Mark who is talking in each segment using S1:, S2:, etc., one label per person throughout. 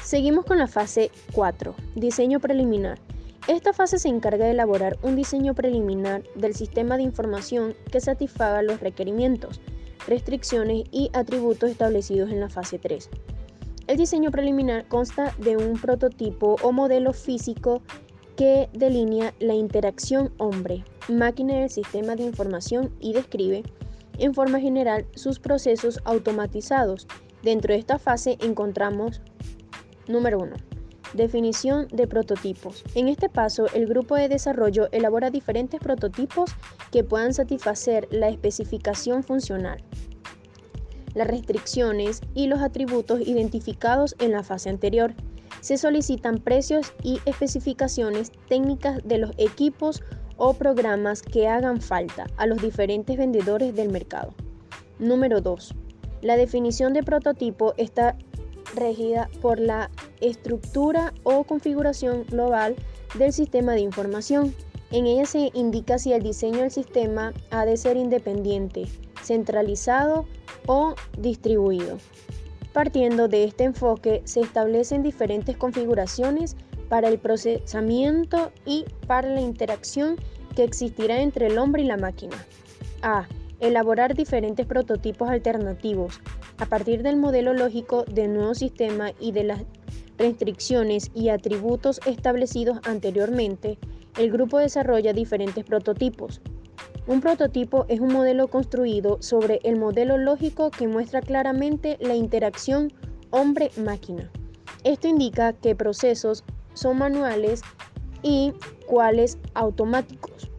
S1: Seguimos con la fase 4, diseño preliminar. Esta fase se encarga de elaborar un diseño preliminar del sistema de información que satisfaga los requerimientos, restricciones y atributos establecidos en la fase 3. El diseño preliminar consta de un prototipo o modelo físico que delinea la interacción hombre-máquina del sistema de información y describe, en forma general, sus procesos automatizados. Dentro de esta fase encontramos número 1. Definición de prototipos. En este paso, el grupo de desarrollo elabora diferentes prototipos que puedan satisfacer la especificación funcional, las restricciones y los atributos identificados en la fase anterior. Se solicitan precios y especificaciones técnicas de los equipos o programas que hagan falta a los diferentes vendedores del mercado. Número 2. La definición de prototipo está regida por la estructura o configuración global del sistema de información. En ella se indica si el diseño del sistema ha de ser independiente, centralizado o distribuido. Partiendo de este enfoque, se establecen diferentes configuraciones para el procesamiento y para la interacción que existirá entre el hombre y la máquina. A. Elaborar diferentes prototipos alternativos a partir del modelo lógico del nuevo sistema y de las restricciones y atributos establecidos anteriormente. El grupo desarrolla diferentes prototipos. Un prototipo es un modelo construido sobre el modelo lógico que muestra claramente la interacción hombre-máquina. Esto indica qué procesos son manuales y cuáles automáticos.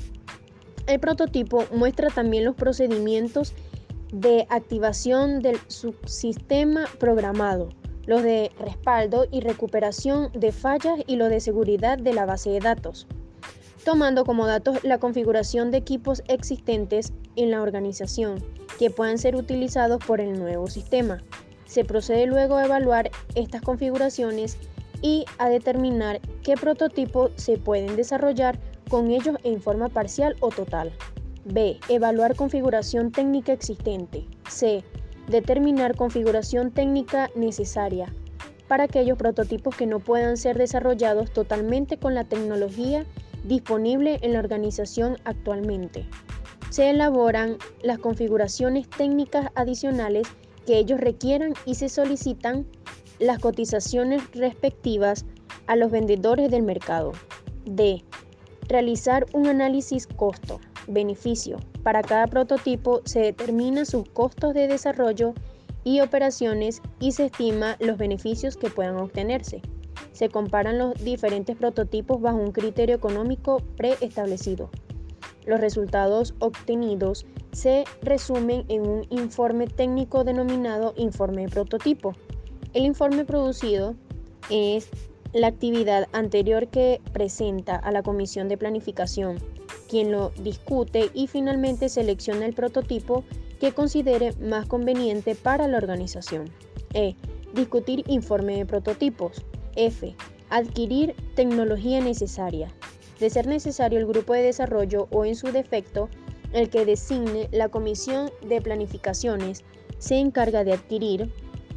S1: El prototipo muestra también los procedimientos de activación del subsistema programado, los de respaldo y recuperación de fallas y los de seguridad de la base de datos, tomando como datos la configuración de equipos existentes en la organización que puedan ser utilizados por el nuevo sistema. Se procede luego a evaluar estas configuraciones y a determinar qué prototipos se pueden desarrollar con ellos en forma parcial o total. B. Evaluar configuración técnica existente. C. Determinar configuración técnica necesaria para aquellos prototipos que no puedan ser desarrollados totalmente con la tecnología disponible en la organización actualmente. Se elaboran las configuraciones técnicas adicionales que ellos requieran y se solicitan las cotizaciones respectivas a los vendedores del mercado. D. Realizar un análisis costo-beneficio. Para cada prototipo se determinan sus costos de desarrollo y operaciones y se estima los beneficios que puedan obtenerse. Se comparan los diferentes prototipos bajo un criterio económico preestablecido. Los resultados obtenidos se resumen en un informe técnico denominado informe de prototipo. El informe producido es la actividad anterior que presenta a la comisión de planificación, quien lo discute y finalmente selecciona el prototipo que considere más conveniente para la organización. E. Discutir informe de prototipos. F. Adquirir tecnología necesaria. De ser necesario, el grupo de desarrollo o en su defecto, el que designe la comisión de planificaciones se encarga de adquirir,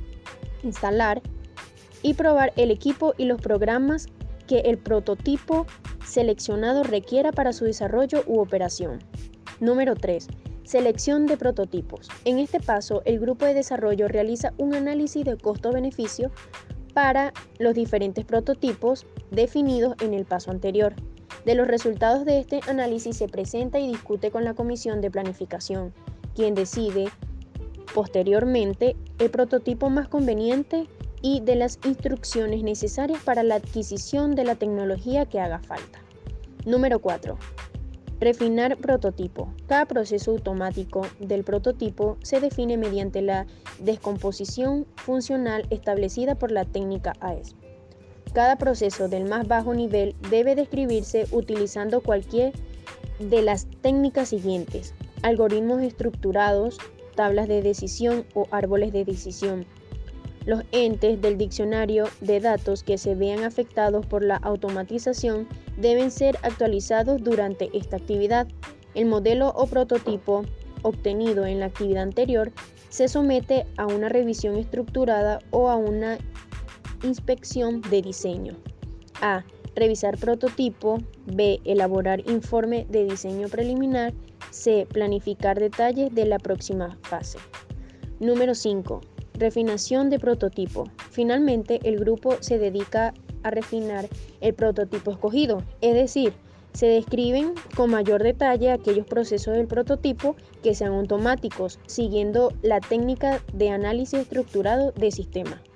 S1: instalar y probar el equipo y los programas que el prototipo seleccionado requiera para su desarrollo u operación. Número 3. Selección de prototipos. En este paso, el grupo de desarrollo realiza un análisis de costo-beneficio para los diferentes prototipos definidos en el paso anterior. De los resultados de este análisis se presenta y discute con la comisión de planificación, quien decide posteriormente el prototipo más conveniente y de las instrucciones necesarias para la adquisición de la tecnología que haga falta. Número 4. Refinar prototipo. Cada proceso automático del prototipo se define mediante la descomposición funcional establecida por la técnica AES. Cada proceso del más bajo nivel debe describirse utilizando cualquier de las técnicas siguientes: algoritmos estructurados, tablas de decisión o árboles de decisión. Los entes del diccionario de datos que se vean afectados por la automatización deben ser actualizados durante esta actividad. El modelo o prototipo obtenido en la actividad anterior se somete a una revisión estructurada o a una inspección de diseño. A. Revisar prototipo. B. Elaborar informe de diseño preliminar. C. Planificar detalles de la próxima fase. Número 5. Refinación de prototipo. Finalmente, el grupo se dedica a refinar el prototipo escogido, es decir, se describen con mayor detalle aquellos procesos del prototipo que sean automáticos, siguiendo la técnica de análisis estructurado de sistema.